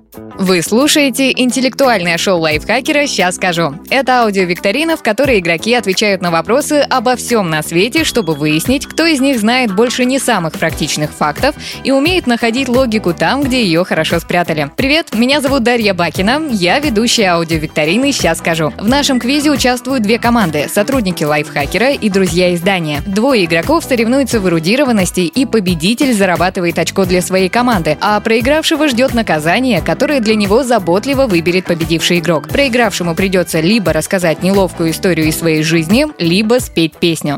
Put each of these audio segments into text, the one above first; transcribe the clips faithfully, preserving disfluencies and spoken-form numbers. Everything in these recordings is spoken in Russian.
Вы слушаете интеллектуальное шоу лайфхакера «Сейчас скажу». Это аудиовикторина, в которой игроки отвечают на вопросы обо всем на свете, чтобы выяснить, кто из них знает больше не самых практичных фактов и умеет находить логику там, где ее хорошо спрятали. Привет, меня зовут Дарья Бакина, я ведущая аудиовикторины «Сейчас скажу». В нашем квизе участвуют две команды – сотрудники лайфхакера и друзья издания. Двое игроков соревнуются в эрудированности, и победитель зарабатывает очко для своей команды, а проигравшего ждет наказание, которое для него заботливо выберет победивший игрок. Проигравшему придется либо рассказать неловкую историю из своей жизни, либо спеть песню.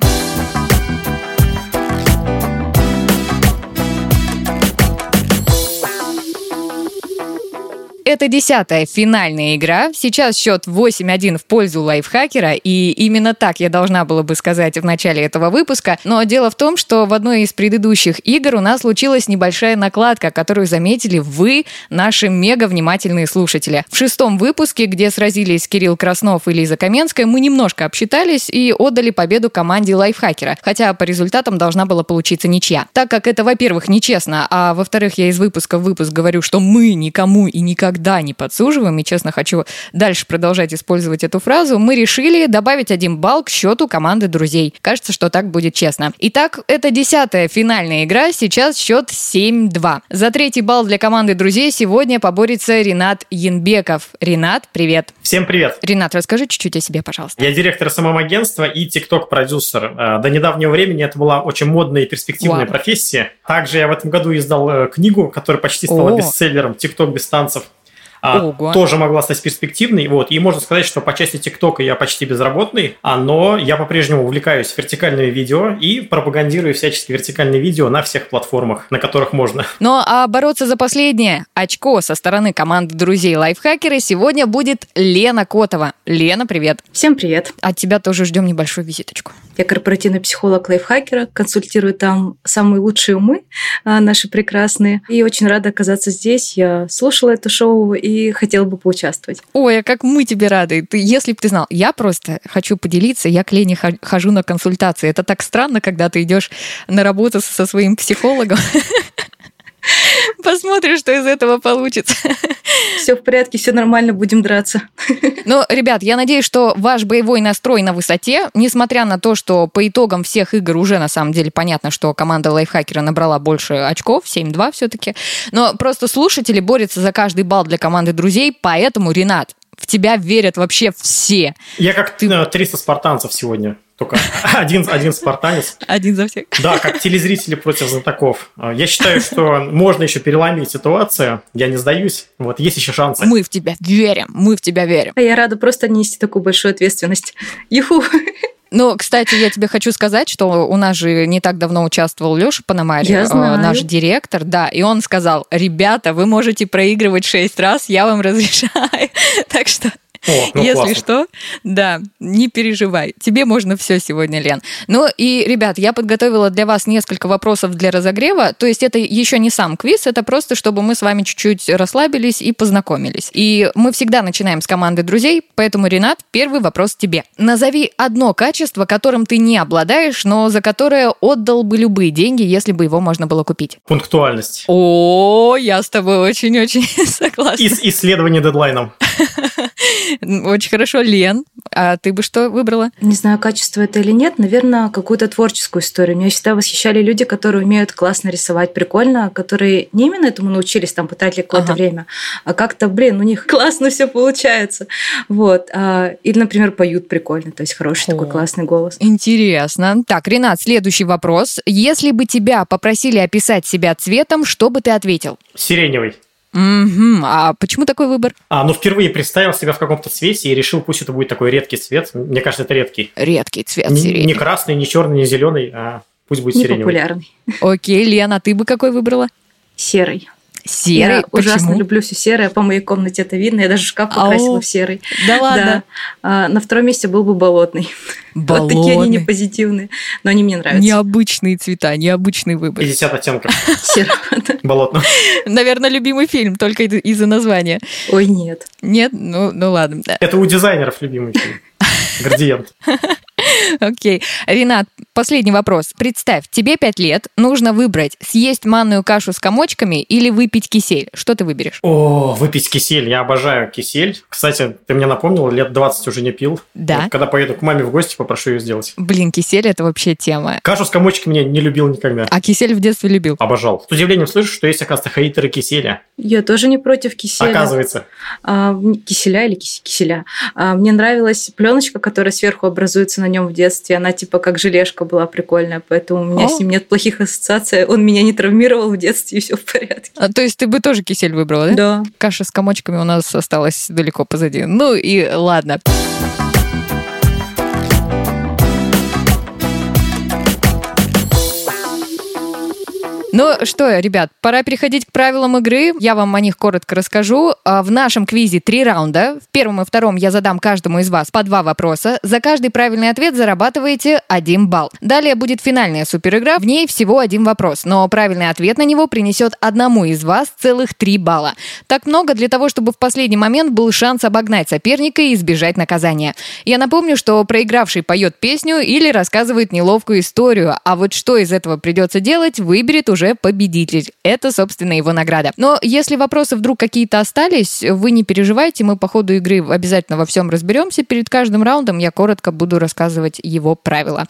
Это десятая финальная игра. Сейчас счет восемь один в пользу лайфхакера, и именно так я должна была бы сказать в начале этого выпуска. Но дело в том, что в одной из предыдущих игр у нас случилась небольшая накладка, которую заметили вы, наши мега-внимательные слушатели. В шестом выпуске, где сразились Кирилл Краснов и Лиза Каменская, мы немножко обсчитались и отдали победу команде лайфхакера, хотя по результатам должна была получиться ничья. Так как это, во-первых, нечестно, а во-вторых, я из выпуска в выпуск говорю, что мы никому и никогда Да, не подсуживаем, и, честно, хочу дальше продолжать использовать эту фразу, мы решили добавить один балл к счету команды друзей. Кажется, что так будет честно. Итак, это десятая финальная игра, сейчас счет семь два. За третий балл для команды друзей сегодня поборется Ренат Янбеков. Ренат, привет. Всем привет. Ренат, расскажи чуть-чуть о себе, пожалуйста. Я директор эс эм эм-агентства и тикток-продюсер. До недавнего времени это была очень модная и перспективная Вау. профессия. Также я в этом году издал книгу, которая почти стала О. бестселлером «ТикТок без танцев». А, тоже могла стать перспективной. Вот. И можно сказать, что по части ТикТока я почти безработный, а, но я по-прежнему увлекаюсь вертикальными видео и пропагандирую всячески вертикальные видео на всех платформах, на которых можно. Ну а бороться за последнее очко со стороны команды друзей лайфхакера сегодня будет Лена Котова. Лена, привет. Всем привет. От тебя тоже ждем небольшую визиточку. Я корпоративный психолог лайфхакера, консультирую там самые лучшие умы, наши прекрасные. И очень рада оказаться здесь. Я слушала это шоу и и хотела бы поучаствовать. Ой, а как мы тебе рады. Ты, если бы ты знал, я просто хочу поделиться, я к Лене хожу на консультации. Это так странно, когда ты идешь на работу со своим психологом. Посмотрим, что из этого получится. Все в порядке, все нормально, будем драться. Ну, ребят, я надеюсь, что ваш боевой настрой на высоте, несмотря на то, что по итогам всех игр уже на самом деле понятно, что команда лайфхакера набрала больше очков, семь два все-таки, но просто слушатели борются за каждый балл для команды друзей, поэтому, Ренат, в тебя верят вообще все. Я как ты триста спартанцев сегодня. Только один, один спартанец. Один за всех. Да, как телезрители против знатоков. Я считаю, что можно еще переломить ситуацию. Я не сдаюсь. Вот, есть еще шансы. Мы в тебя верим, мы в тебя верим. А я рада просто нести такую большую ответственность. Юху! Ну, кстати, я тебе хочу сказать, что у нас же не так давно участвовал Лёша Пономарь, наш директор, да, и он сказал: ребята, вы можете проигрывать шесть раз, я вам разрешаю. Так что... О, ну Если классно. что, да, не переживай. Тебе можно все сегодня, Лен. Ну и, ребят, я подготовила для вас несколько вопросов для разогрева. То есть это еще не сам квиз, это просто, чтобы мы с вами чуть-чуть расслабились и познакомились. И мы всегда начинаем с команды друзей, поэтому, Ренат, первый вопрос тебе. Назови одно качество, которым ты не обладаешь, но за которое отдал бы любые деньги, если бы его можно было купить. Пунктуальность. О, я с тобой очень-очень согласна. Ис- исследование дедлайном. Очень хорошо. Лен, а ты бы что выбрала? Не знаю, качество это или нет, наверное, какую-то творческую историю. Меня всегда восхищали люди, которые умеют классно рисовать, прикольно, которые не именно этому научились, там, потратили какое-то ага. время, а как-то, блин, у них классно все получается. Вот. Или, например, поют прикольно, то есть хороший О, такой классный голос. Интересно. Так, Ренат, следующий вопрос. Если бы тебя попросили описать себя цветом, что бы ты ответил? Сиреневый. Угу. А почему такой выбор? А, ну, впервые представил себя в каком-то цвете и решил, пусть это будет такой редкий цвет. Мне кажется, это редкий. Редкий цвет, не, сиреневый. Не красный, не черный, не зеленый, а пусть будет сиреневый. Непопулярный. Окей, Лена, ты бы какой выбрала? Серый. Серый? Я Почему? ужасно люблю все серое. По моей комнате это видно. Я даже шкаф покрасила Ау. в серый. Да ладно? Да. А, на втором месте был бы болотный. Болотный. Вот такие они не позитивные. Но они мне нравятся. Необычные цвета, необычный выбор. пятьдесят оттенков. Серого. Болотного. Наверное, любимый фильм, только из-за названия. Ой, нет. Нет? Ну, ну ладно. Это у дизайнеров любимый фильм. Градиент. Окей. Ренат, последний вопрос. Представь, тебе пять лет, нужно выбрать, съесть манную кашу с комочками или выпить кисель. Что ты выберешь? О, выпить кисель. Я обожаю кисель. Кстати, ты мне напомнил, лет двадцать уже не пил. Да. Вот, когда поеду к маме в гости, попрошу ее сделать. Блин, кисель – это вообще тема. Кашу с комочками я не любил никогда. А кисель в детстве любил? Обожал. С удивлением слышу, что есть, оказывается, хейтеры киселя. Я тоже не против киселя. Оказывается. А, киселя или кис- киселя. А, мне нравилась пленочка, которая сверху образуется на нем в детстве. Она типа как желешка была прикольная, поэтому у меня О. с ним нет плохих ассоциаций. Он меня не травмировал в детстве, и все в порядке. А, то есть ты бы тоже кисель выбрала, да? Да. Каша с комочками у нас осталась далеко позади. Ну и ладно. Ну что, ребят, пора переходить к правилам игры. Я вам о них коротко расскажу. В нашем квизе три раунда. В первом и втором я задам каждому из вас по два вопроса. За каждый правильный ответ зарабатываете один балл. Далее будет финальная суперигра. В ней всего один вопрос, но правильный ответ на него принесет одному из вас целых три балла. Так много для того, чтобы в последний момент был шанс обогнать соперника и избежать наказания. Я напомню, что проигравший поет песню или рассказывает неловкую историю, а вот что из этого придется делать, выберет уже победитель. Это, собственно, его награда. Но если вопросы вдруг какие-то остались, вы не переживайте, мы по ходу игры обязательно во всем разберемся. Перед каждым раундом я коротко буду рассказывать его правила.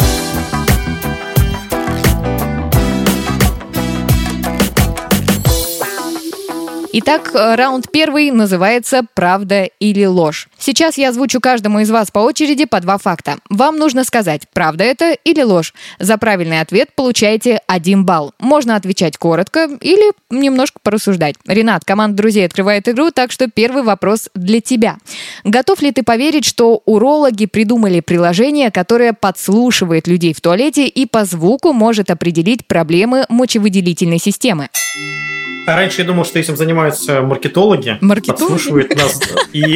Итак, раунд первый называется «Правда или ложь». Сейчас я озвучу каждому из вас по очереди по два факта. Вам нужно сказать, правда это или ложь. За правильный ответ получаете один балл. Можно отвечать коротко или немножко порассуждать. Ренат, команда друзей открывает игру, так что первый вопрос для тебя. Готов ли ты поверить, что урологи придумали приложение, которое подслушивает людей в туалете и по звуку может определить проблемы мочевыделительной системы? А раньше я думал, что этим занимаются маркетологи, маркетологи? подслушивают нас и,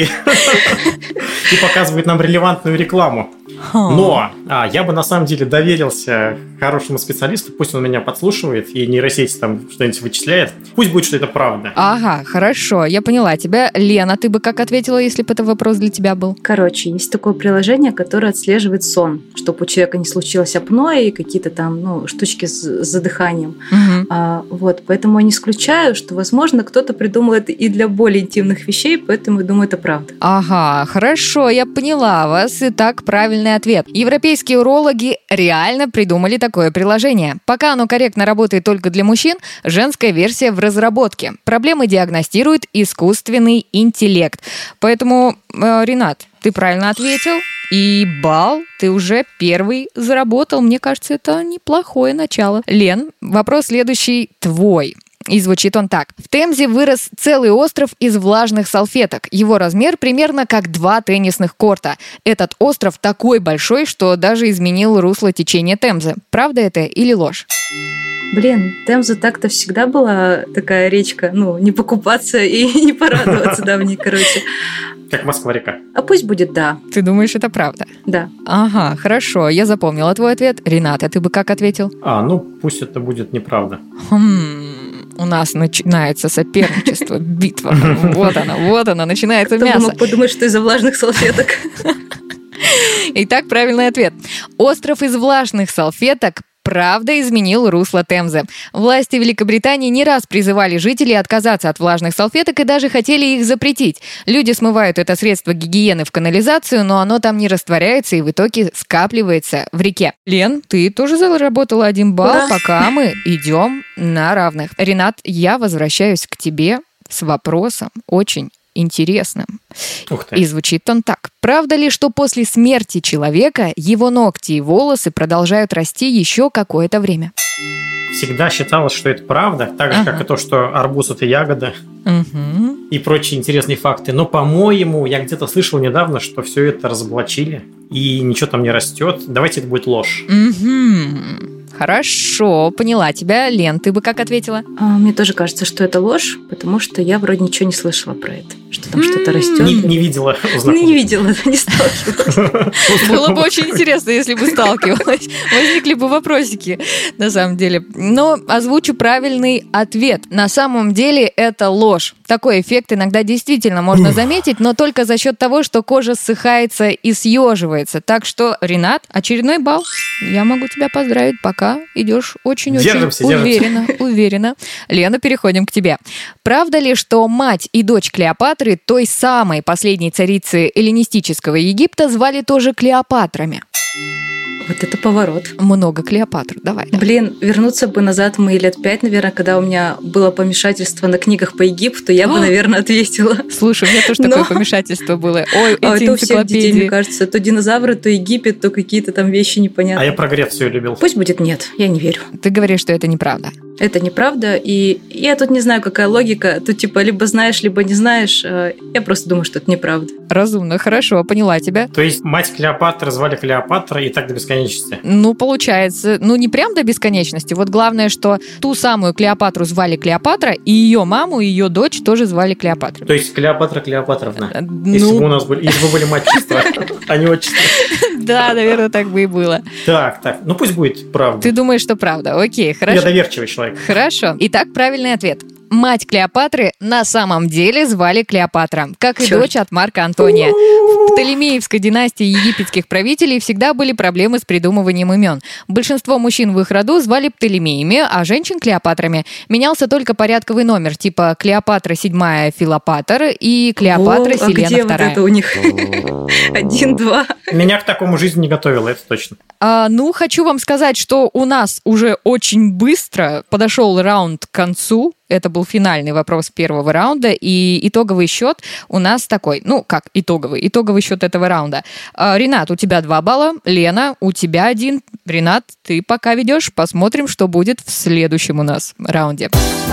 и показывают нам релевантную рекламу. Но а, я бы на самом деле доверился хорошему специалисту, пусть он меня подслушивает и нейросеть там что-нибудь вычисляет. Пусть будет, что это правда. Ага, хорошо, я поняла тебя. Лена, ты бы как ответила, если бы это вопрос для тебя был? Короче, есть такое приложение, которое отслеживает сон, чтобы у человека не случилось апноэ и какие-то там ну, штучки с, с задыханием. Угу. А, вот, поэтому я не исключаю, что, возможно, кто-то придумал это и для более интимных вещей, поэтому я думаю, это правда. Ага, хорошо, я поняла вас. Итак, правильный ответ. Европейские урологи реально придумали такое приложение. Пока оно корректно работает только для мужчин, женская версия в разработке. Проблемы диагностирует искусственный интеллект. Поэтому, э, Ренат, ты правильно ответил. И балл ты уже первый заработал. Мне кажется, это неплохое начало. Лен, вопрос следующий твой. И звучит он так. В Темзе вырос целый остров из влажных салфеток. Его размер примерно как два теннисных корта. Этот остров такой большой, что даже изменил русло течения Темзы. Правда это или ложь? Блин, Темза так-то всегда была такая речка. Ну, не покупаться и не порадоваться, да, в ней, короче. Как Москва-река. А пусть будет да. Ты думаешь, это правда? Да. Ага, хорошо, я запомнила твой ответ. Рената, ты бы как ответил? А, ну, пусть это будет неправда. Хм... У нас начинается соперничество, битва. Вот она, вот она, начинается мясо. Кто мог подумать, что из-за влажных салфеток? Итак, правильный ответ. Остров из влажных салфеток правда изменил русло Темзы. Власти Великобритании не раз призывали жителей отказаться от влажных салфеток и даже хотели их запретить. Люди смывают это средство гигиены в канализацию, но оно там не растворяется и в итоге скапливается в реке. Лен, ты тоже заработала один балл, Ура! Пока мы идем на равных. Ренат, я возвращаюсь к тебе с вопросом очень интересным. Ух ты. И звучит он так. Правда ли, что после смерти человека его ногти и волосы продолжают расти еще какое-то время? Всегда считалось, что это правда, так же, ага. как и то, что арбуз – это ягода угу. и прочие интересные факты. Но, по-моему, я где-то слышал недавно, что все это разоблачили, и ничего там не растет. Давайте это будет ложь. Угу. Хорошо, поняла тебя. Лен, ты бы как ответила? А, мне тоже кажется, что это ложь, потому что я вроде ничего не слышала про это. Что там что-то растет. Не, не видела. Не видела, не сталкивалась. Было бы очень интересно, если бы сталкивалась. Возникли бы вопросики, на самом деле. Но озвучу правильный ответ. На самом деле это ложь. Такой эффект иногда действительно можно заметить, но только за счет того, что кожа ссыхается и съеживается. Так что, Ренат, очередной балл. Я могу тебя поздравить, пока идешь очень-очень держимся, уверенно, держимся. уверенно. Лена, переходим к тебе. Правда ли, что мать и дочь Клеопатры, той самой последней царицы эллинистического Египта, звали тоже Клеопатрами? Вот это поворот. Много Клеопатр, давай. Блин, вернуться бы назад мы лет пять, наверное, когда у меня было помешательство на книгах по Египту, я бы, наверное, ответила. Слушай, у меня тоже Но... такое помешательство было. Ой, эти а это у всех энциклопедии. детей, мне кажется. То динозавры, то Египет, то какие-то там вещи непонятные. А я про Грецию любил. Пусть будет нет, я не верю. Ты говоришь, что это неправда. Это неправда, и я тут не знаю, какая логика. Тут типа либо знаешь, либо не знаешь. Я просто думаю, что это неправда. Разумно, хорошо, поняла тебя. То есть мать Клеопатры звали Клеопатра и так до бесконечности? Ну, получается, ну не прям до бесконечности. Вот главное, что ту самую Клеопатру звали Клеопатра, и ее маму, и ее дочь тоже звали Клеопатра. То есть Клеопатра Клеопатровна. Ну... Если бы у нас были, если бы были мать-чества, а не отчество. Да, наверное, так бы и было. Так, так, ну пусть будет правда. Ты думаешь, что правда? Окей, хорошо. Я доверчивый человек. Хорошо. Итак, правильный ответ. Мать Клеопатры на самом деле звали Клеопатра, как и Чёрт. дочь от Марка Антония. В Птолемеевской династии египетских правителей всегда были проблемы с придумыванием имен. Большинство мужчин в их роду звали Птолемеями, а женщин Клеопатрами. Менялся только порядковый номер, типа Клеопатра седьмая Филопатр и Клеопатра О, а Селена где вторая. вот это у них? Один, два. Меня к такому жизнь не готовила, это точно. А, ну, хочу вам сказать, что у нас уже очень быстро подошел раунд к концу. Это был финальный вопрос первого раунда, и итоговый счет у нас такой. Ну, как итоговый? Итоговый счет этого раунда. А, Ренат, у тебя два балла. Лена, у тебя один. Ренат, ты пока ведешь. Посмотрим, что будет в следующем у нас раунде.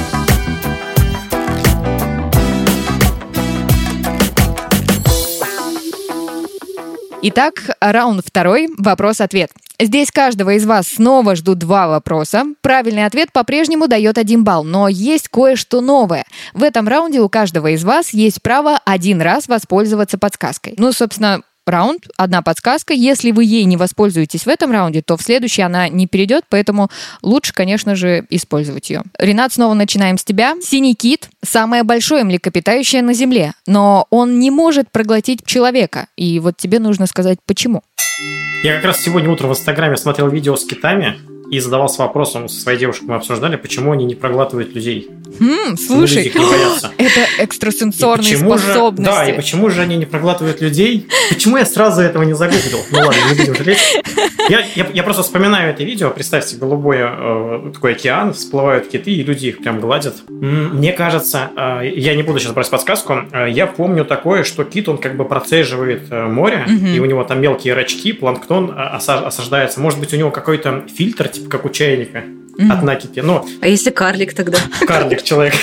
Итак, раунд второй. Вопрос-ответ. Здесь каждого из вас снова ждут два вопроса. Правильный ответ по-прежнему дает один балл, но есть кое-что новое. В этом раунде у каждого из вас есть право один раз воспользоваться подсказкой. Ну, собственно, раунд, одна подсказка. Если вы ей не воспользуетесь в этом раунде, то в следующий она не перейдет, поэтому лучше, конечно же, использовать ее. Ренат, снова начинаем с тебя. Синий кит – самое большое млекопитающее на Земле, но он не может проглотить человека. И вот тебе нужно сказать, почему. Я как раз сегодня утром в Инстаграме смотрел видео с китами и задавался вопросом со своей девушкой, мы обсуждали, почему они не проглатывают людей. Хм, слушай, Их не боятся. это экстрасенсорные способности. Же, да, и почему же они не проглатывают людей? Почему я сразу этого не загуглил? Ну ладно, не будем жалеть. Я, я, я просто вспоминаю это видео. Представьте, голубой э, такой океан, всплывают киты, и люди их прям гладят. Мне кажется, э, я не буду сейчас брать подсказку, э, я помню такое, что кит, он как бы процеживает э, море, угу. и у него там мелкие рачки, планктон э, осаж, осаждается. Может быть, у него какой-то фильтр, типа как у чайника. Mm-hmm. От накипи. Но... А если карлик тогда? Карлик человек.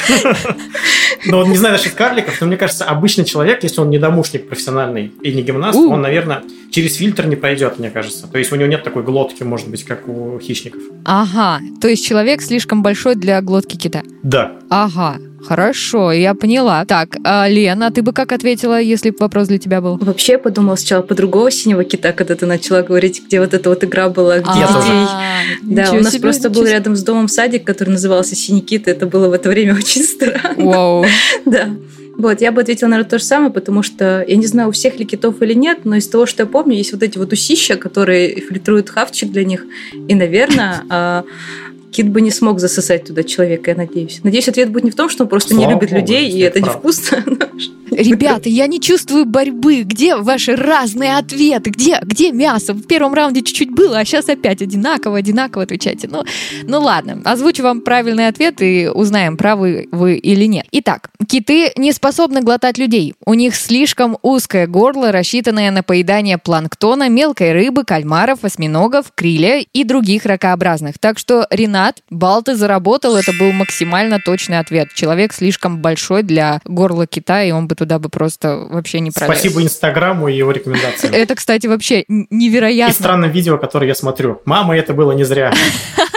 Но не знаю насчет карликов, но мне кажется, обычный человек, если он не домушник профессиональный и не гимнаст, он, наверное, через фильтр не пройдет, мне кажется. То есть у него нет такой глотки, может быть, как у хищников. Ага, то есть человек слишком большой для глотки кита. Да. Ага, хорошо, я поняла. Так, а, Лена, ты бы как ответила, если бы вопрос для тебя был? Вообще я подумала сначала по другого синего кита, когда ты начала говорить, где вот эта вот игра была, где детей. Да, у нас просто был рядом с домом садик, который назывался «Синий кит», и это было в это время очень странно. Вау. Да. Вот, я бы ответила, наверное, то же самое, потому что я не знаю, у всех ли китов или нет, но из того, что я помню, есть вот эти вот усища, которые фильтруют хавчик для них, и, наверное, кит бы не смог засосать туда человека, я надеюсь. Надеюсь, ответ будет не в том, что он просто Слава не любит Богу, людей, и это невкусно. Ребята, я не чувствую борьбы. Где ваши разные ответы? Где, где мясо? В первом раунде чуть-чуть было, а сейчас опять одинаково, одинаково отвечайте. Ну, ну ладно, озвучу вам правильный ответ и узнаем, правы вы или нет. Итак, киты не способны глотать людей. У них слишком узкое горло, рассчитанное на поедание планктона, мелкой рыбы, кальмаров, осьминогов, криля и других ракообразных. Так что, Ренат, балл ты заработал, это был максимально точный ответ. Человек слишком большой для горла кита, и он бы туда бы просто вообще не пролез. Спасибо Инстаграму и его рекомендациям. Это, кстати, вообще невероятно. И странное видео, которое я смотрю. Мама, это было не зря.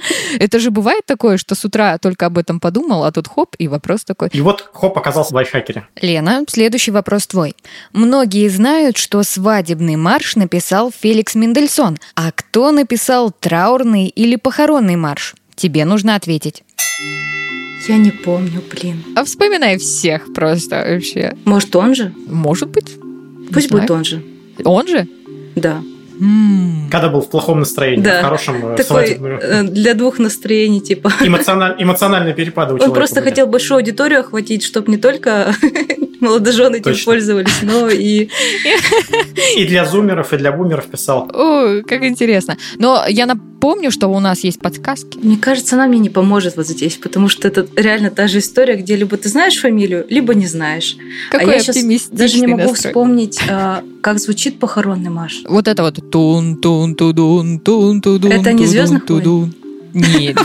Это же бывает такое, что с утра только об этом подумал, а тут хоп, и вопрос такой. И вот хоп оказался в лайфхакере. Лена, следующий вопрос твой. Многие знают, что свадебный марш написал Феликс Мендельсон. А кто написал траурный или похоронный марш? Тебе нужно ответить. Я не помню, блин. А вспоминай всех просто вообще. Может, он же? Может быть. Пусть будет он же. Он же? Да. М-м. Когда был в плохом настроении, да. в хорошем Такой, свадебном. Для двух настроений, типа. Эмоциональ... Эмоциональные перепады у Он человека просто были. хотел большую аудиторию охватить, чтобы не только молодожены этим Точно. пользовались, но и... И для зумеров, и для бумеров писал. О, как интересно. Но я напомню, что у нас есть подсказки. Мне кажется, она мне не поможет вот здесь, потому что это реально та же история, где либо ты знаешь фамилию, либо не знаешь. Какой а я сейчас оптимистичный даже не могу настрой. вспомнить, а, как звучит похоронный марш. Вот это вот тун тун тудун тун тудун. Это не тудун, «Звездных войн»? тудун. Нет.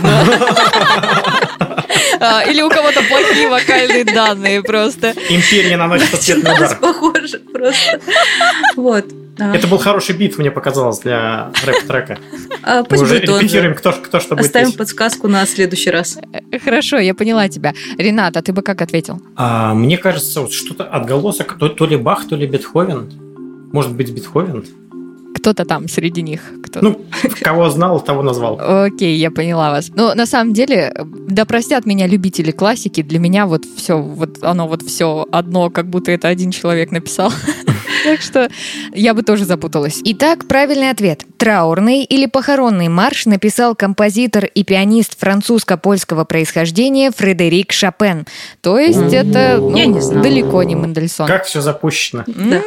А, Или у кого-то плохие вокальные данные просто. Империя наносит ответный удар. Похоже просто. Вот. А, Это был хороший бит, мне показалось, для рэп-трека. а, Мы Пусть уже будет он репетируем, же. кто, кто что будет Оставим петь. подсказку на следующий раз. Хорошо, я поняла тебя. Ренат, а ты бы как ответил? А, мне кажется, вот что-то отголосок, то, то ли Бах, то ли Бетховен. Может быть, Бетховен? Кто-то там среди них. Кто-то. Ну, кого знал, того назвал. Окей, я поняла вас. Ну, на самом деле, да простят меня любители классики, для меня вот все, вот оно вот все одно, как будто это один человек написал. Так что я бы тоже запуталась. Итак, правильный ответ. Траурный или похоронный марш написал композитор и пианист французско-польского происхождения Фредерик Шопен. То есть это ну, Я не знала. далеко не Мендельсон. Как все запущено. Да.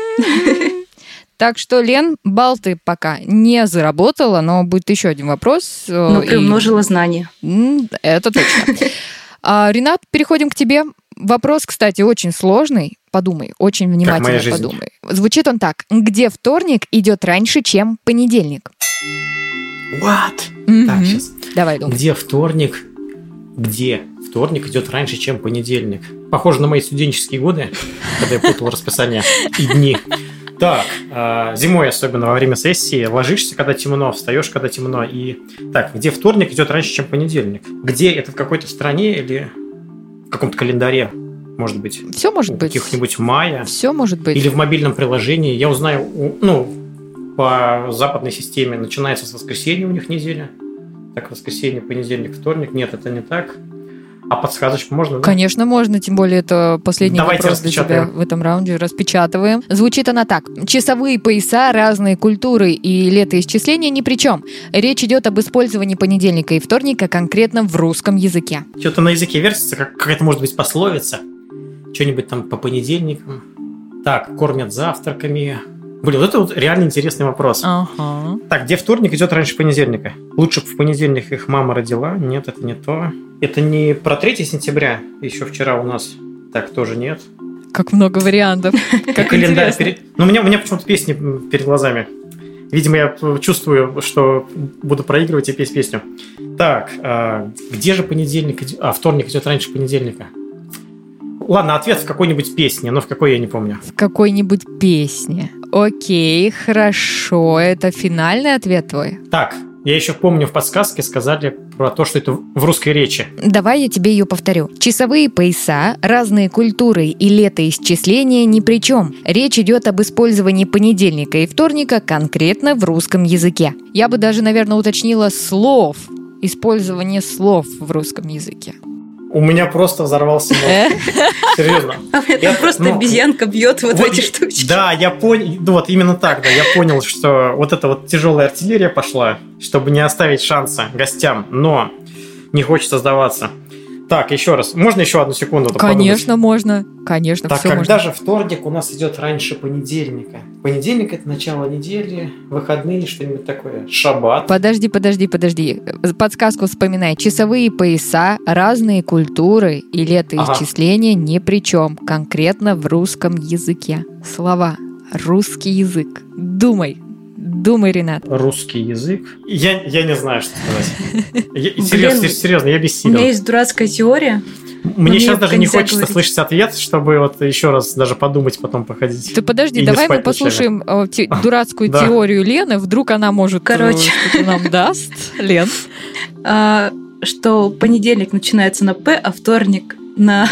Так что, Лен, балл ты пока не заработала, но будет еще один вопрос. Но И- приумножила знания. М, Это точно. А, Ренат, переходим к тебе. Вопрос, кстати, очень сложный. Подумай, очень внимательно моя жизнь. подумай. Звучит он так. Где вторник идет раньше, чем понедельник? What? Мгм. Так, сейчас. Давай думай. Где вторник? Где вторник идет раньше, чем понедельник? Похоже на мои студенческие годы, когда я путал расписание и дни. Так, э, зимой, особенно во время сессии, ложишься, когда темно, встаешь, когда темно. И так, где вторник идет раньше, чем понедельник? Где это в какой-то стране или в каком-то календаре, может быть? Все может У быть. каких-нибудь майя? Все может быть. Или в мобильном приложении. Я узнаю, у- ну, по западной системе начинается с воскресенья у них неделя. Так, воскресенье, понедельник, вторник. Нет, это не так. А подсказочку можно, да? Конечно, можно, тем более это последний Давайте вопрос для тебя распечатаем. в этом раунде. Распечатываем. Звучит она так. Часовые пояса, разные культуры и летоисчисления ни при чем. Речь идет об использовании понедельника и вторника конкретно в русском языке. Что-то на языке вертится, как какая-то, может быть, пословица. Что-нибудь там по понедельникам. Так, кормят завтраками. Блин, вот это вот реально интересный вопрос. Ага. Так, где вторник идет раньше понедельника? Лучше бы в понедельник их мама родила. Нет, это не то. Это не про третье сентября. Еще вчера у нас. Так, тоже нет. Как много вариантов. Как Календарь интересно. перед... Ну, у меня, у меня почему-то песни перед глазами. Видимо, я чувствую, что буду проигрывать и петь песню. Так, а где же понедельник идет? А, вторник идет раньше понедельника. Ладно, ответ в какой-нибудь песне, но в какой я не помню. В какой-нибудь песне. Окей, хорошо. Это финальный ответ твой? Так, я еще помню, в подсказке сказали про то, что это в русской речи. Давай я тебе ее повторю. Часовые пояса, разные культуры и летоисчисления ни при чем. Речь идет об использовании понедельника и вторника конкретно в русском языке. Я бы даже, наверное, уточнила слов. Использование слов в русском языке. У меня просто взорвался мозг. Серьезно. А это Я- просто ну, обезьянка бьет вот в Вот, эти штучки. Да, я понял, ну вот именно так, да, я понял, что вот эта вот тяжелая артиллерия пошла, чтобы не оставить шанса гостям, но не хочется сдаваться. Так, еще раз, можно еще одну секунду? Конечно, можно. Конечно, Так, все когда можно. же вторник у нас идет раньше понедельника? Понедельник – это начало недели, выходные, что-нибудь такое, шаббат. Подожди, подожди, подожди. Подсказку вспоминай. Часовые пояса, разные культуры и летоисчисления ни при чем. Конкретно в русском языке. Слова. Русский язык. Думай. Думай, Ренат. Русский язык. Я, я не знаю, что сказать. Я- Блин. серьезно, серьезно, я У бессилен. меня есть дурацкая теория. Мне сейчас даже не хочется говорить. слышать ответ, чтобы вот еще раз даже подумать, потом походить. Ты подожди, давай мы послушаем э, те, дурацкую да. теорию Лены. Вдруг она может Короче. Э, нам даст. Лен. А, что понедельник начинается на П, а вторник на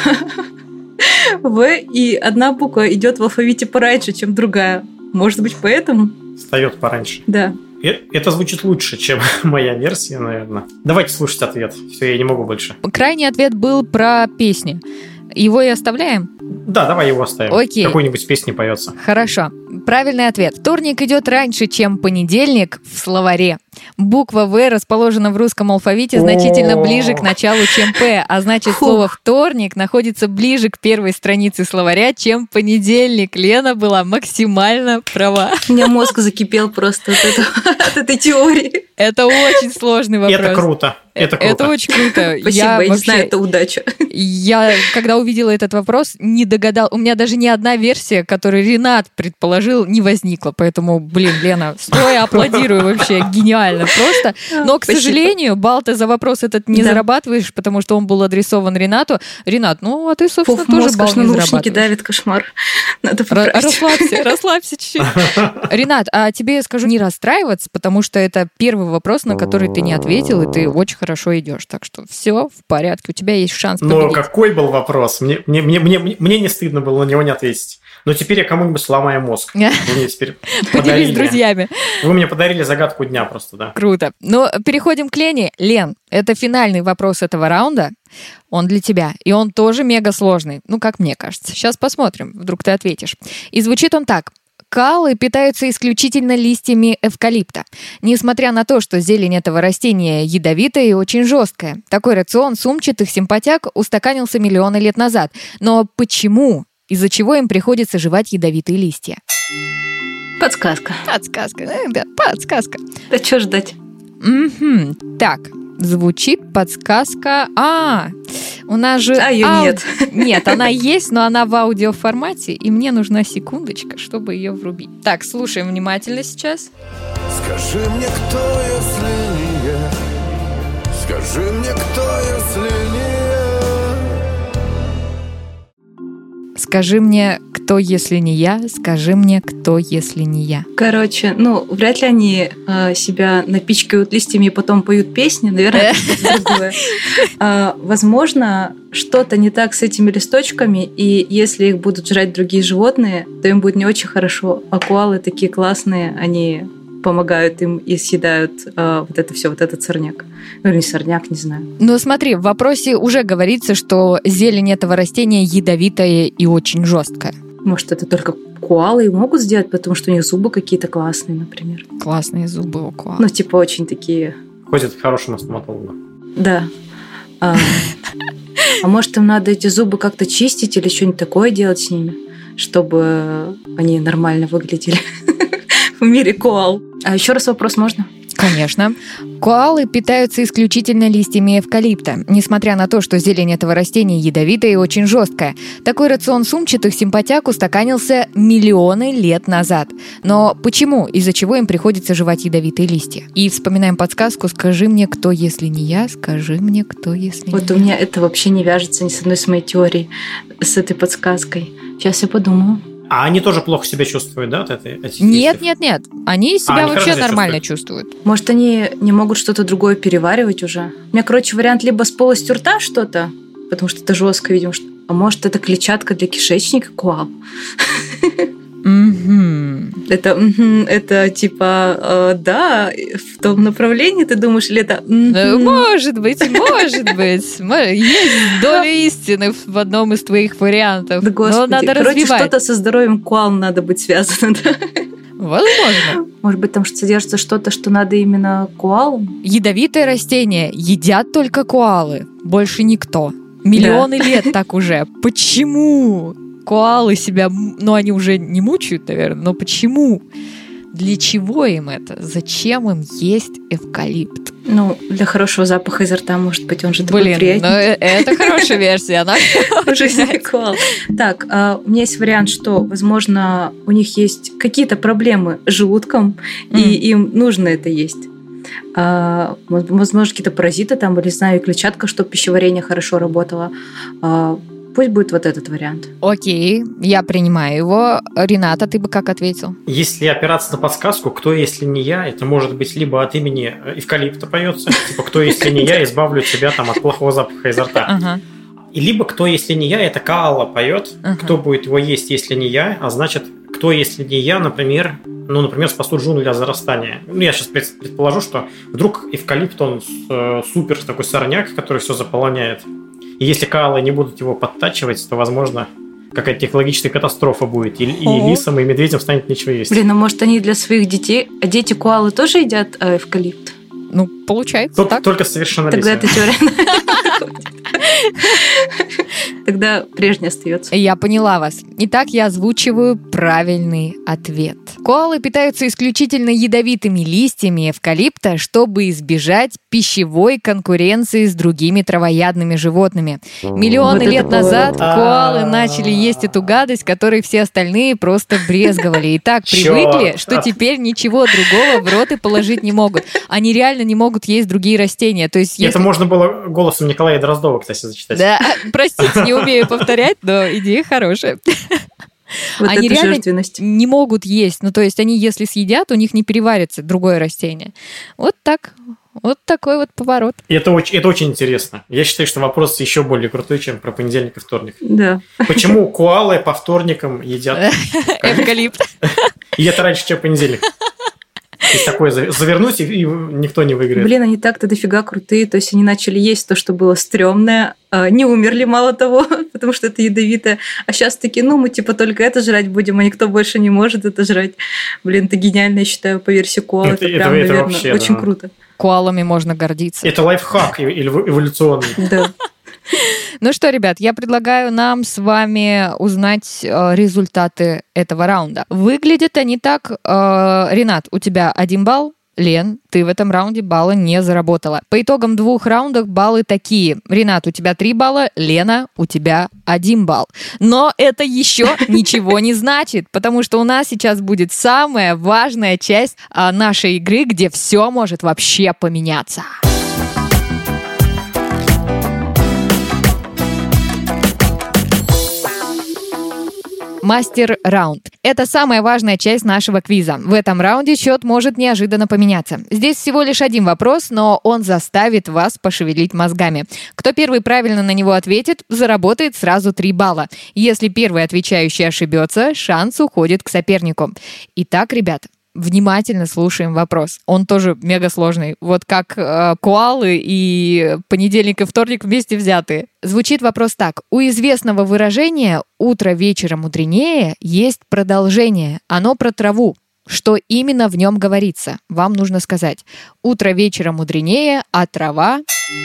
В, и одна буква идет в алфавите пораньше, чем другая. Может быть, поэтому? Встает пораньше. Да. Это звучит лучше, чем моя версия, наверное. Давайте слушать ответ. Все, я не могу больше. Крайний ответ был про песни. Его и оставляем? Да, давай его оставим. Окей. Какой-нибудь песни поется. Хорошо. Правильный ответ. Вторник идет раньше, чем понедельник в словаре. Буква В расположена в русском алфавите значительно ближе к началу, чем П, а значит, слово «вторник» находится ближе к первой странице словаря, чем понедельник. Лена была максимально права. У меня мозг закипел просто от, этого, от этой теории. Это очень сложный вопрос. Это круто. Это круто. Это очень круто. Спасибо, я, я не вообще, знаю, это удача. Я, когда увидела этот вопрос, не догадалась. У меня даже ни одна версия, которую Ренат предположил, не возникла. Поэтому, блин, Лена, стоя аплодирую вообще. Гениально просто. Но, к Спасибо. сожалению, балл ты за вопрос этот не да. зарабатываешь, потому что он был адресован Ренату. Ренат, ну, а ты, собственно, Фу, тоже мозг, балл не зарабатываешь. Давит, кошмар. Надо поправить. Расслабься, расслабься чуть-чуть. Ренат, а тебе я скажу не расстраиваться, потому что это первый вопрос, на который ты не ответил, и ты очень хорошо идешь. Так что все в порядке, у тебя есть шанс победить. Но какой был вопрос? Мне, мне, мне, мне, мне не стыдно было на него не ответить. Но теперь я кому-нибудь сломаю мозг. Вы мне теперь Поделись с друзьями. Вы мне подарили загадку дня просто, да. Круто. Ну, переходим к Лене. Лен, это финальный вопрос этого раунда. Он для тебя. И он тоже мега сложный. Ну, как мне кажется. Сейчас посмотрим. Вдруг ты ответишь. И звучит он так. Коалы питаются исключительно листьями эвкалипта. Несмотря на то, что зелень этого растения ядовитая и очень жесткая. Такой рацион сумчатых симпатяг устаканился миллионы лет назад. Но почему? Из-за чего им приходится жевать ядовитые листья? Подсказка. Подсказка, да, подсказка. Да что ждать? Угу. Так, звучит подсказка. А, у нас же... А, ее ау... нет. Нет, она есть, но она в аудиоформате, и мне нужна секундочка, чтобы ее врубить. Так, слушаем внимательно сейчас. Скажи мне, кто, если не я? Скажи мне, кто, если не я? Скажи мне, кто, если не я? Скажи мне, кто, если не я? Короче, ну, вряд ли они э, себя напичкают листьями и потом поют песни. Наверное, это что-то другое. А, возможно, что-то не так с этими листочками, и если их будут жрать другие животные, то им будет не очень хорошо. А коалы такие классные, они помогают им и съедают э, вот это все, вот этот сорняк. Ну, или не сорняк, не знаю. Ну, смотри, в вопросе уже говорится, что зелень этого растения ядовитая и очень жесткая. Может, это только коалы и могут сделать, потому что у них зубы какие-то классные, например. Классные зубы у коал. Ну, типа, очень такие... Ходят к хорошему стоматологу. Да. А, а может, им надо эти зубы как-то чистить или что-нибудь такое делать с ними, чтобы они нормально выглядели в мире коал. А еще раз вопрос можно? Конечно. Коалы питаются исключительно листьями эвкалипта, несмотря на то, что зелень этого растения ядовитая и очень жесткая. Такой рацион сумчатых симпатяг устаканился миллионы лет назад. Но почему? Из-за чего им приходится жевать ядовитые листья? И вспоминаем подсказку «Скажи мне, кто, если не я? Скажи мне, кто, если не я?» Вот у меня это вообще не вяжется ни с одной с моей теорией, с этой подсказкой. Сейчас я подумаю. А они тоже плохо себя чувствуют, да? От этой, от нет, нет, нет. Они себя а, они вообще нормально чувствуют. чувствуют. Может, они не могут что-то другое переваривать уже? У меня, короче, вариант либо с полостью рта что-то, потому что это жестко, видимо. А может, это клетчатка для кишечника коал? Mm-hmm. Это, mm-hmm, это типа, э, да, в том направлении, ты думаешь, или это... Mm-hmm. Может быть, может быть. Есть доля истины в одном из твоих вариантов. Да, господи. Но надо Короче, развивать. что-то со здоровьем коал надо быть связано, да? Возможно. Может быть, там содержится что-то, что надо именно коалам? Ядовитое растение едят только коалы, больше никто. Миллионы да. лет так уже. Почему? Коалы себя, ну, они уже не мучают, наверное, но почему? Для чего им это? Зачем им есть эвкалипт? Ну, для хорошего запаха изо рта, может быть, он же такой Блин, приятный. ну это хорошая версия, она уже не коал. Так, у меня есть вариант, что, возможно, у них есть какие-то проблемы с желудком, и им нужно это есть. Возможно, какие-то паразиты там, или, знаю, клетчатка, чтобы пищеварение хорошо работало. Пусть будет вот этот вариант. Окей, я принимаю его. Рената, ты бы как ответил? Если опираться на подсказку, кто, если не я, это может быть либо от имени эвкалипта поется, типа кто, если не я, избавлю тебя там от плохого запаха изо рта. Ага. И либо кто, если не я, это Коала поет, ага. Кто будет его есть, если не я, а значит, кто, если не я, например, ну, например, спасу джунгли от зарастания. Ну, я сейчас предположу, что вдруг эвкалипт, он супер такой сорняк, который все заполоняет. И если коалы не будут его подтачивать, то, возможно, какая-то технологическая катастрофа будет. И, и лисам, и медведям станет нечего есть. Блин, а может они для своих детей... А дети коалы тоже едят э, эвкалипт? Ну, получается только, так. Только совершеннолетие. Тогда это теория... Тогда прежний остается. Я поняла вас. Итак, я озвучиваю правильный ответ. Коалы питаются исключительно ядовитыми листьями эвкалипта, чтобы избежать пищевой конкуренции с другими травоядными животными. Миллионы вот лет назад коалы начали есть эту гадость, которой все остальные просто брезговали. И так привыкли, что теперь ничего другого в рот и положить не могут. Они реально не могут есть другие растения. То есть, если... Это можно было голосом Николая Дроздова, кстати, зачитать. Да, простите, не умею повторять, но идея хорошая. Вот они это реально жертвенность. Не могут есть. Ну, то есть они, если съедят, у них не переварится другое растение. Вот так. Вот такой вот поворот. И это очень, это очень интересно. Я считаю, что вопрос еще более крутой, чем про понедельник и вторник. Да. Почему коалы по вторникам едят эвкалипт? И это раньше, чем понедельник. Если такое завернуть, и никто не выиграет. Блин, они так-то дофига крутые. То есть они начали есть то, что было стрёмное, не умерли, мало того, потому что это ядовитое. А сейчас такие, ну, мы типа только это жрать будем, а никто больше не может это жрать. Блин, это гениально, я считаю, по версии коала. Это, это прям, это наверное, вообще, очень да. круто. Коалами можно гордиться. Это лайфхак эволюционный. Да. Ну что, ребят, я предлагаю нам с вами узнать э, результаты этого раунда. Выглядят они так. Э, Ренат, у тебя один балл. Лен, ты в этом раунде балла не заработала. По итогам двух раундов баллы такие. Ренат, у тебя три балла, Лена, у тебя один балл. Но это еще ничего не значит, потому что у нас сейчас будет самая важная часть а, нашей игры, где все может вообще поменяться. Мастер-раунд. Это самая важная часть нашего квиза. В этом раунде счет может неожиданно поменяться. Здесь всего лишь один вопрос, но он заставит вас пошевелить мозгами. Кто первый правильно на него ответит, заработает сразу три балла. Если первый отвечающий ошибется, шанс уходит к сопернику. Итак, ребята, внимательно слушаем вопрос. Он тоже мега сложный. Вот как э, коалы и понедельник и вторник вместе взятые. Звучит вопрос так. У известного выражения «утро вечера мудренее» есть продолжение. Оно про траву. Что именно в нем говорится? Вам нужно сказать. Утро вечера мудренее, а трава...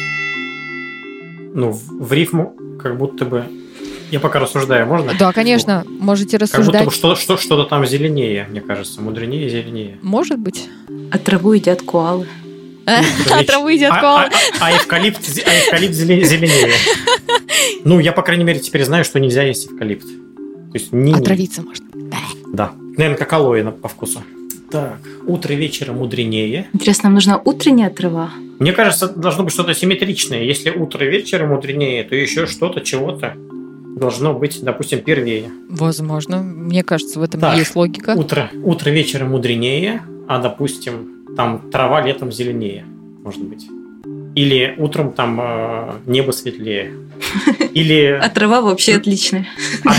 Ну, в рифму как будто бы... Я пока рассуждаю, можно? Да, конечно, можете рассуждать. Как будто бы что, что, что-то там зеленее, мне кажется. Мудренее, зеленее. Может быть. А траву едят коалы. А траву едят коалы. А эвкалипт зеленее. Ну, я, по крайней мере, теперь знаю, что нельзя есть эвкалипт. То есть не... Отравиться можно. Да. Наверное, как алоэ по вкусу. Так, утро вечера мудренее. Интересно, нам нужна утренняя трава? Мне кажется, должно быть что-то симметричное. Если утро вечера мудренее, то еще что-то, чего-то должно быть, допустим, первее. Возможно. Мне кажется, в этом так, есть логика. Утро, утро вечера мудренее, а, допустим, там трава летом зеленее, может быть. Или утром там э, небо светлее. Или... А трава вообще отличная.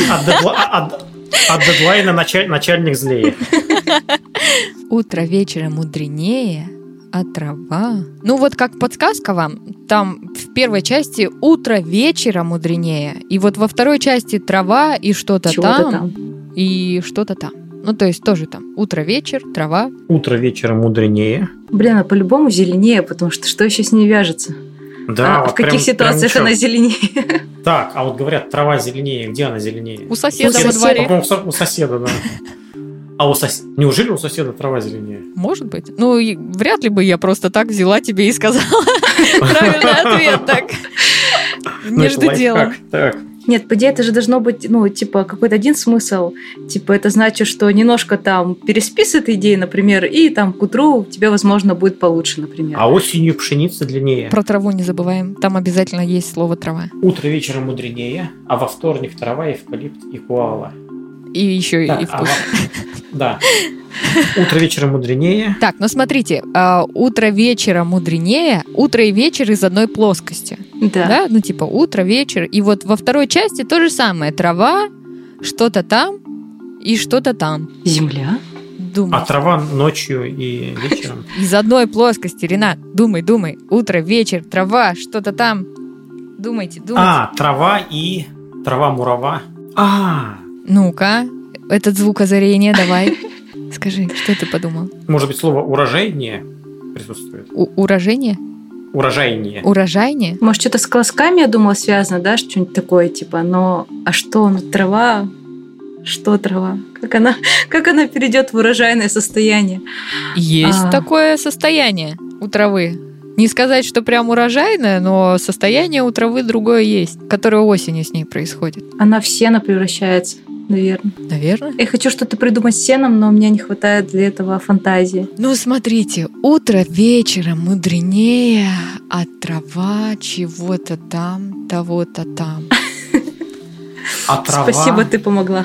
От дедлайна начальник злее. Утро вечера мудренее, а трава... Ну вот как подсказка вам, там в первой части утро вечера мудренее, и вот во второй части трава и что-то там, там, и что-то там. Ну то есть тоже там утро, вечер, трава. Утро вечера мудренее. Блин, а по-любому зеленее, потому что что еще с ней вяжется? Да, а вот в каких прям, ситуациях прям она зеленее? Так, а вот говорят, трава зеленее, где она зеленее? У соседа во дворе. По-моему, у соседа, да. А у сос... неужели у соседа трава зеленее? Может быть. Ну, вряд ли бы я просто так взяла тебе и сказала правильный ответ. Так, между делом. Так, Нет, по идее, это же должно быть, ну, типа, какой-то один смысл. Типа, это значит, что немножко там переспи с этой идеей, например, и там к утру тебе, возможно, будет получше, например. А осенью пшеница длиннее. Про траву не забываем. Там обязательно есть слово «трава». Утро вечером мудренее, а во вторник трава, эвкалипт и куала. И еще Так, и а вкус. во- Да. Утро вечером мудренее. Так, ну смотрите, а, утро вечера мудренее, утро и вечер из одной плоскости. Да. Да, ну типа утро, вечер. И вот во второй части то же самое. Трава, что-то там и что-то там. Земля? Думай. А трава ночью и вечером. Из одной плоскости, Ренат. Думай, думай. Утро, вечер, трава, что-то там. Думайте, думайте. А, трава и... Трава мурава. А, Ну-ка, этот звук озарения, давай. Скажи, что ты подумал? может быть, слово урожайнее присутствует? У- урожение? Урожайнее. Урожайнее? Может, что-то с колосками, я думала, связано, да, что-нибудь такое, типа, но... А что, ну, трава... Что трава? Как она, как она перейдет в урожайное состояние? Есть А. такое состояние у травы. Не сказать, что прям урожайное, но состояние у травы другое есть, которое осенью с ней происходит. Она в сено превращается, наверное. Наверное. Я хочу что-то придумать с сеном, но у меня не хватает для этого фантазии. Ну, смотрите, утро вечера мудренее, а трава чего-то там, того-то там. А трава... Спасибо, ты помогла.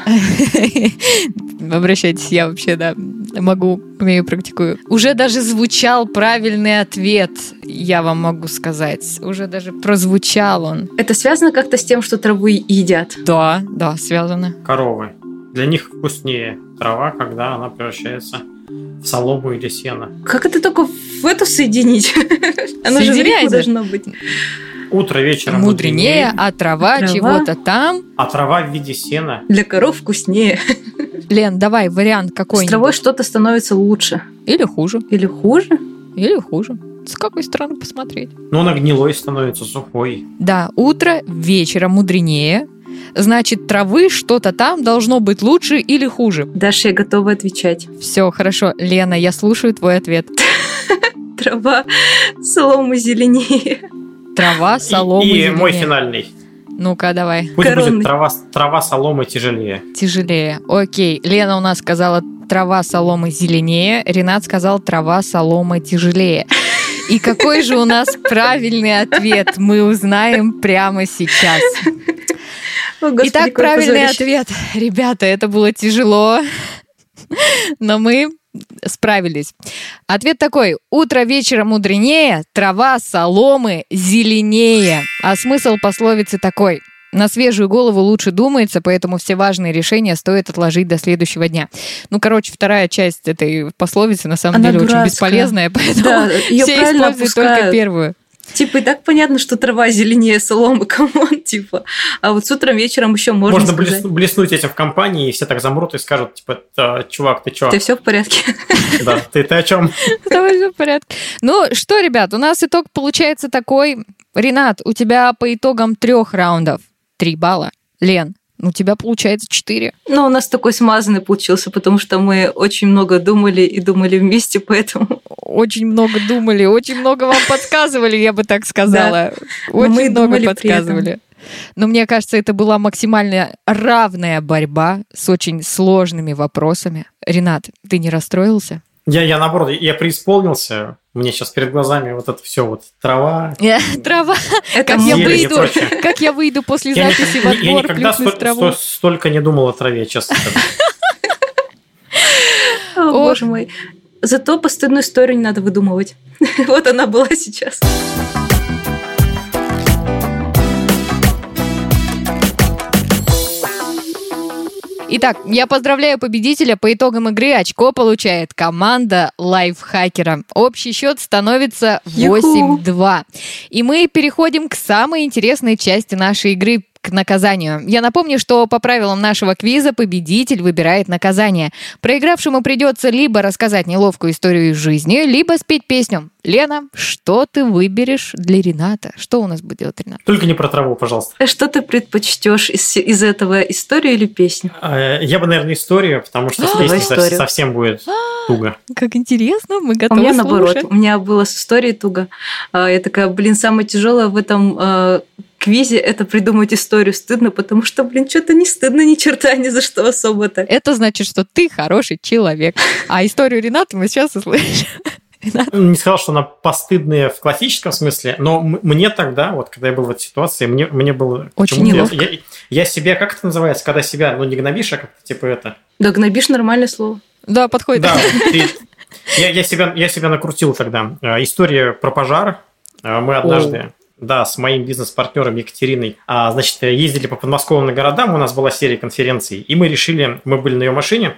Обращайтесь, я вообще, да, могу, умею, практикую. Уже даже звучал правильный ответ, я вам могу сказать. Уже даже прозвучал он. Это связано как-то с тем, что траву едят? Да, да, связано. Коровы. Для них вкуснее трава, когда она превращается в солому или сено. Как это только в эту соединить? Оно же в рифму Соединяйте. должно быть. Утро вечером Мудренее, а трава, Трава. чего-то там. а трава в виде сена. Для коров вкуснее. Лен, давай вариант С какой-нибудь. травой что-то становится лучше. Или хуже, Или хуже? или хуже. С какой стороны посмотреть? Но она гнилой становится, сухой. Да, утро вечера мудренее. Значит, травы что-то там должно быть лучше или хуже. Даша, я готова отвечать. Все, хорошо. Лена, я слушаю твой ответ. Трава солому зеленее. Трава, солома, И, и зеленее. мой финальный. Ну-ка, давай. Пусть Коронный. будет трава, трава солома тяжелее. Тяжелее. Окей. Лена у нас сказала трава, солома, зеленее. Ренат сказал трава, солома, тяжелее. И какой же у нас правильный ответ, мы узнаем прямо сейчас. О, Господи, Итак, какое правильный позорище. ответ. Ребята, это было тяжело, но мы справились. Ответ такой. Утро вечера мудренее, трава, соломы зеленее. А смысл пословицы такой. На свежую голову лучше думается, поэтому все важные решения стоит отложить до следующего дня. Ну, короче, вторая часть этой пословицы на самом Она деле дурацкая. очень бесполезная, поэтому Да, её все правильно используют только опускают. первую. Типа, и так понятно, что трава зеленее соломы, камон, типа. А вот с утром вечером еще можно, Можно сказать. блес- блеснуть этим в компании, и все так замрут и скажут, типа, «Та, чувак, ты чё? Ты все в порядке? Да, ты, ты о чем? Давай, все в порядке. Ну что, ребят, у нас итог получается такой. Ренат, у тебя по итогам трех раундов три балла. Лен, у тебя получается четыре. Ну, у нас такой смазанный получился, потому что мы очень много думали и думали вместе, поэтому... Очень много думали, очень много вам подсказывали, я бы так сказала. Очень мы много думали при подсказывали. Но мне кажется, это была максимально равная борьба с очень сложными вопросами. Ренат, ты не расстроился? Я, я наоборот, я преисполнился. У меня сейчас перед глазами вот это все вот трава. Трава. Это Как я зелень и выйду, прочее. как я выйду после Я, записи в никогда- я отбор, никогда плюхнусь в сто- траву. сто- столько не думал о траве, честно скажу. О, Ох. боже мой. Зато постыдную историю не надо выдумывать. Вот она была сейчас. Итак, я поздравляю победителя. По итогам игры очко получает команда лайфхакера. Общий счет становится восемь-два. И мы переходим к самой интересной части нашей игры, к наказанию. Я напомню, что по правилам нашего квиза победитель выбирает наказание. Проигравшему придется либо рассказать неловкую историю из жизни, либо спеть песню. Лена, что ты выберешь для Рената? Что у нас будет делать Ренат? Только не про траву, пожалуйста. А что ты предпочтешь из, из этого, историю или песню? Э, Я бы, наверное, историю, потому что с Давай песней со- историю. совсем будет туго. Как интересно, мы У готовы меня слушать. наоборот, у меня было с историей туго. А, Я такая, блин, самое тяжелое в этом э, квизе это придумать историю стыдно, потому что, блин, что-то не стыдно ни черта ни за что особо-то. Это значит, что ты хороший человек. А историю Рената мы сейчас услышим. Не сказал, что она постыдная в классическом смысле, но мне тогда, вот когда я был в этой ситуации, мне, мне было... Очень неловко. Я, я, я себя, как это называется, когда себя, ну, не гнобишь, а как-то типа это... Да, гнобишь нормальное слово. Да, подходит. Да, ты, я, я, себя, я себя накрутил тогда. История про пожар. Мы однажды... О. Да, с моим бизнес-партнером Екатериной. А, значит, ездили по подмосковным городам, у нас была серия конференций, и мы решили, мы были на ее машине,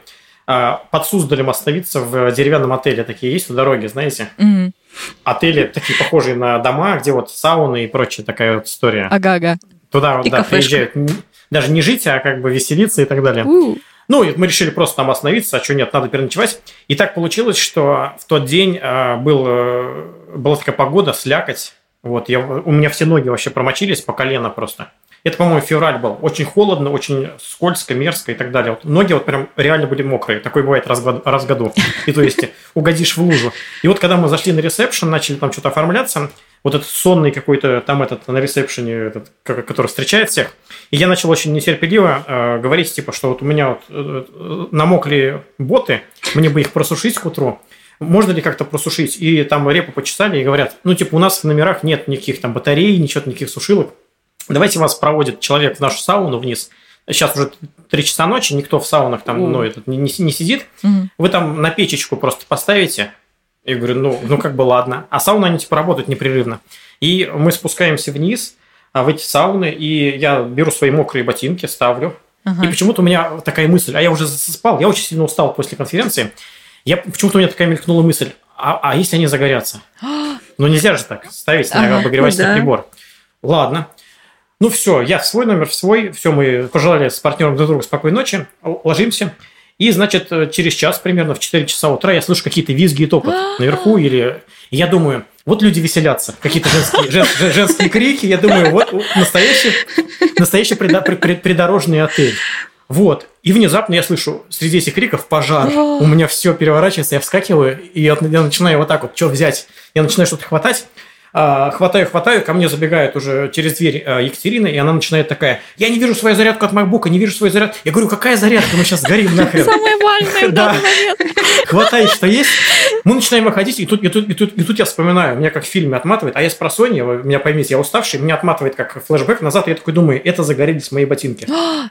под Суздалем остановиться в деревянном отеле. Такие есть у дороги, знаете? Mm-hmm. Отели такие похожие на дома, где вот сауны и прочая такая вот история. Ага-ага. Туда вот, да, приезжают даже не жить, а как бы веселиться и так далее. Uh. Ну, и мы решили просто там остановиться, а что нет, надо переночевать. И так получилось, что в тот день был, была такая погода, слякоть. Вот, я, у меня все ноги вообще промочились по колено просто. Это, по-моему, февраль был. Очень холодно, очень скользко, мерзко и так далее. Вот ноги вот прям реально были мокрые. Такое бывает раз в году. И то есть угодишь в лужу. И вот когда мы зашли на ресепшн, начали там что-то оформляться, вот этот сонный какой-то там этот на ресепшене, этот, который встречает всех, и я начал очень нетерпеливо э, говорить, типа, что вот у меня вот э, намокли боты, мне бы их просушить к утру. Можно ли как-то просушить? И там репу почесали и говорят, ну, типа, у нас в номерах нет никаких там батарей, ничего, никаких сушилок. Давайте вас проводит человек в нашу сауну вниз. Сейчас уже три часа ночи, никто в саунах там ну, этот, не, не сидит. Mm-hmm. Вы там на печечку просто поставите. Я говорю, ну, ну как бы ладно. А сауны, они типа работают непрерывно. И мы спускаемся вниз в эти сауны, и я беру свои мокрые ботинки, ставлю. Uh-huh. И почему-то у меня такая мысль, а я уже спал, я очень сильно устал после конференции. Я, почему-то у меня такая мелькнула мысль, а, а если они загорятся? Ну, нельзя же так ставить на ага, обогревательный ну, да. прибор. Ладно. Ну, все, я в свой номер, в свой. Все, мы пожелали с партнером друг другу спокойной ночи, ложимся. И, значит, через час, примерно в четыре часа утра, я слышу какие-то визги и топот наверху. Или я думаю, вот люди веселятся. Какие-то женские, жен, женские крики. Я думаю, вот настоящий, настоящий придорожный отель. Вот. И внезапно я слышу среди этих криков пожар. У меня все переворачивается, я вскакиваю, и я начинаю вот так вот, что взять? Я начинаю что-то хватать. Хватаю, хватаю, ко мне забегает уже через дверь Екатерина, и она начинает такая, я не вижу свою зарядку от макбука, не вижу свою зарядку. Я говорю, какая зарядка? Мы сейчас сгорим нахрен. Самое важное в данный момент. Хватает, что есть. Мы начинаем выходить, и тут, и, тут, и, тут, и тут я вспоминаю, меня как в фильме отматывает, а я с просонья, вы меня поймите, я уставший, меня отматывает как флешбэк назад, и я такой думаю, это загорелись мои ботинки.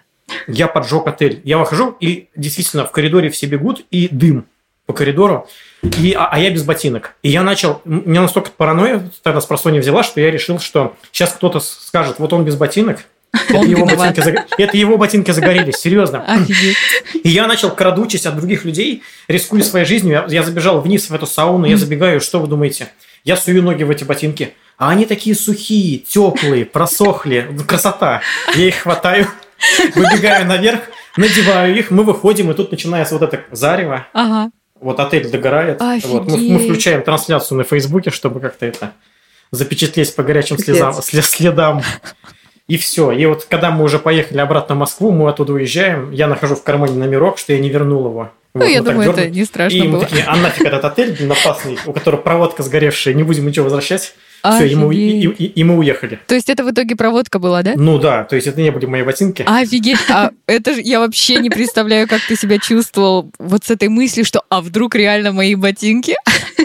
Я поджег отель. Я выхожу, и действительно в коридоре все бегут, и дым по коридору, и, а, а я без ботинок. И я начал, меня настолько паранойя тогда с просонья взяла, что я решил, что сейчас кто-то скажет, вот он без ботинок, это его, ботинки, это его ботинки загорелись, серьезно. Офигеть. И я начал, крадучись от других людей, рискуя своей жизнью, я, я забежал вниз в эту сауну, я забегаю, что вы думаете? Я сую ноги в эти ботинки, а они такие сухие, теплые, просохли, красота. Я их хватаю, выбегаю наверх, надеваю их, мы выходим, и тут начинается вот это зарево. Ага. Вот отель догорает. Вот, мы, мы включаем трансляцию на Фейсбуке, чтобы как-то это запечатлеть по горячим слезам, следам. И все. И вот когда мы уже поехали обратно в Москву, мы оттуда уезжаем, я нахожу в кармане номерок, что я не вернул его. Ну, вот, я думаю, это не страшно и было. И мы такие, а нафиг этот отель опасный, у которого проводка сгоревшая, не будем ничего возвращать. Все, и мы, и, и, и мы уехали. То есть это в итоге проводка была, да? Ну да, то есть это не были мои ботинки. Офигеть, а это же я вообще не представляю, как ты себя чувствовал вот с этой мыслью, что а вдруг реально мои ботинки?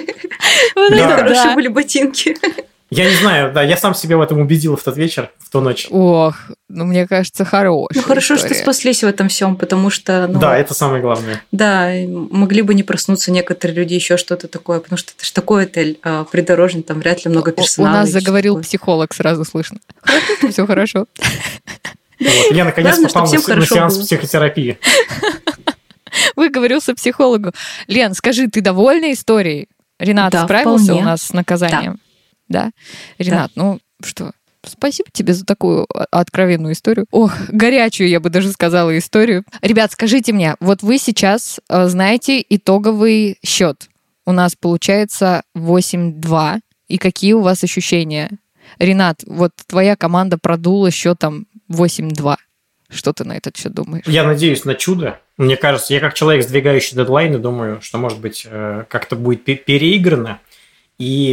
Да, хорошие были ботинки. Я не знаю, да, я сам себя в этом убедил в тот вечер, в ту ночь. Ох, ну мне кажется, хорошая Ну хорошо, история. что спаслись в этом всем, потому что... Ну, да, это самое главное. Да, могли бы не проснуться некоторые люди, еще что-то такое, потому что это же такой отель а, придорожный, там вряд ли много персонала. У нас заговорил психолог, сразу слышно. Все хорошо. Я наконец попал на сеанс психотерапии. Выговорился психологу. Лен, скажи, ты довольна историей? Ренат справился у нас с наказанием? Да, Ренат, да. ну что, спасибо тебе за такую откровенную историю. Ох, горячую, я бы даже сказала, историю. Ребят, скажите мне, вот вы сейчас знаете итоговый счет. У нас получается восемь-два. И какие у вас ощущения? Ренат, вот твоя команда продула счетом восемь-два. Что ты на этот счет думаешь? Я надеюсь на чудо. Мне кажется, я как человек, сдвигающий дедлайны, думаю, что, может быть, как-то будет переиграно. И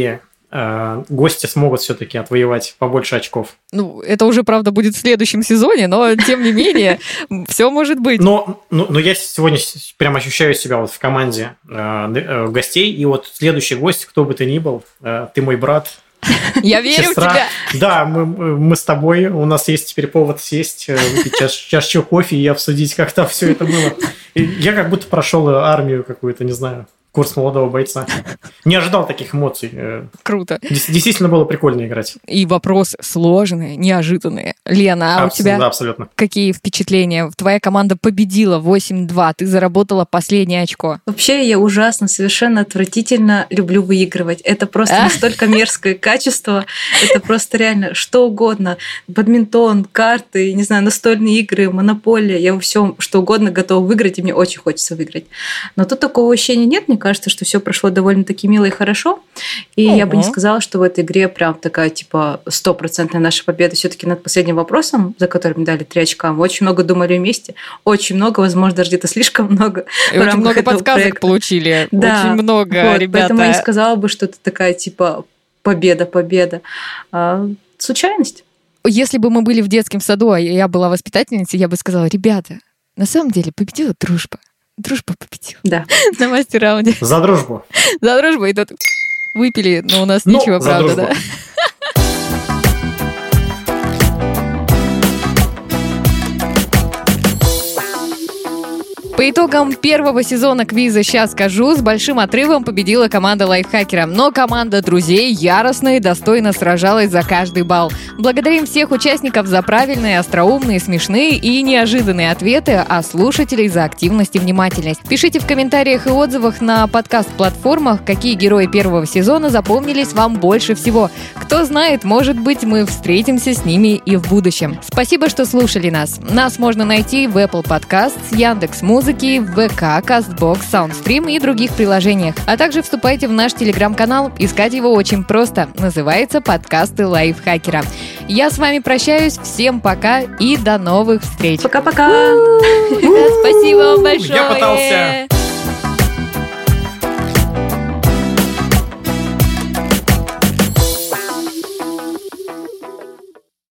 э, гости смогут все-таки отвоевать побольше очков. Ну, это уже, правда, будет в следующем сезоне, но, тем не менее, все может быть. Но, но, но я сегодня прям ощущаю себя вот в команде э, гостей, и вот следующий гость, кто бы ты ни был, э, ты мой брат. Я верю сестра. в тебя. Да, мы, мы с тобой, у нас есть теперь повод сесть, выпить чаш, чашечку кофе и обсудить, как там все это было. И я как будто прошел армию какую-то, не знаю, курс молодого бойца. Не ожидал таких эмоций. Круто. Действительно было прикольно играть. И вопросы сложные, неожиданные. Лена, а Абс- у тебя да, абсолютно. какие впечатления? Твоя команда победила восемь-два, ты заработала последнее очко. Вообще я ужасно, совершенно отвратительно люблю выигрывать. Это просто настолько мерзкое качество. Это просто реально что угодно. Бадминтон, карты, не знаю, настольные игры, монополия. Я во всем что угодно готова выиграть, и мне очень хочется выиграть. Но тут такого ощущения нет. Мне кажется, что все прошло довольно-таки мило и хорошо. И Ого. Я бы не сказала, что в этой игре прям такая, типа, стопроцентная наша победа. Все-таки над последним вопросом, за который мне дали три очка, мы очень много думали вместе. Очень много, возможно, даже где-то слишком много. И очень много подсказок проекта. Получили. Да. Очень много, вот, ребята. Поэтому я не сказала бы, что это такая, типа, победа-победа. А, случайность. Если бы мы были в детском саду, а я была воспитательницей, я бы сказала, ребята, на самом деле победила дружба. Дружба победила. Да. На мастер-раунде. За дружбу. За дружбу. И тут выпили, но у нас ну, ничего, правда, дружбу. Да. По итогам первого сезона квиза «Сейчас скажу» с большим отрывом победила команда лайфхакера. Но команда друзей яростно и достойно сражалась за каждый балл. Благодарим всех участников за правильные, остроумные, смешные и неожиданные ответы, а слушателей за активность и внимательность. Пишите в комментариях и отзывах на подкаст-платформах, какие герои первого сезона запомнились вам больше всего. Кто знает, может быть, мы встретимся с ними и в будущем. Спасибо, что слушали нас. Нас можно найти в Apple Podcasts, Яндекс.Музыке, в ВК, Кастбокс, Саундстрим и других приложениях. А также вступайте в наш телеграм-канал. Искать его очень просто. Называется «Подкасты лайфхакера». Я с вами прощаюсь. Всем пока и до новых встреч. Пока-пока. Ребят, спасибо вам большое. Я пытался.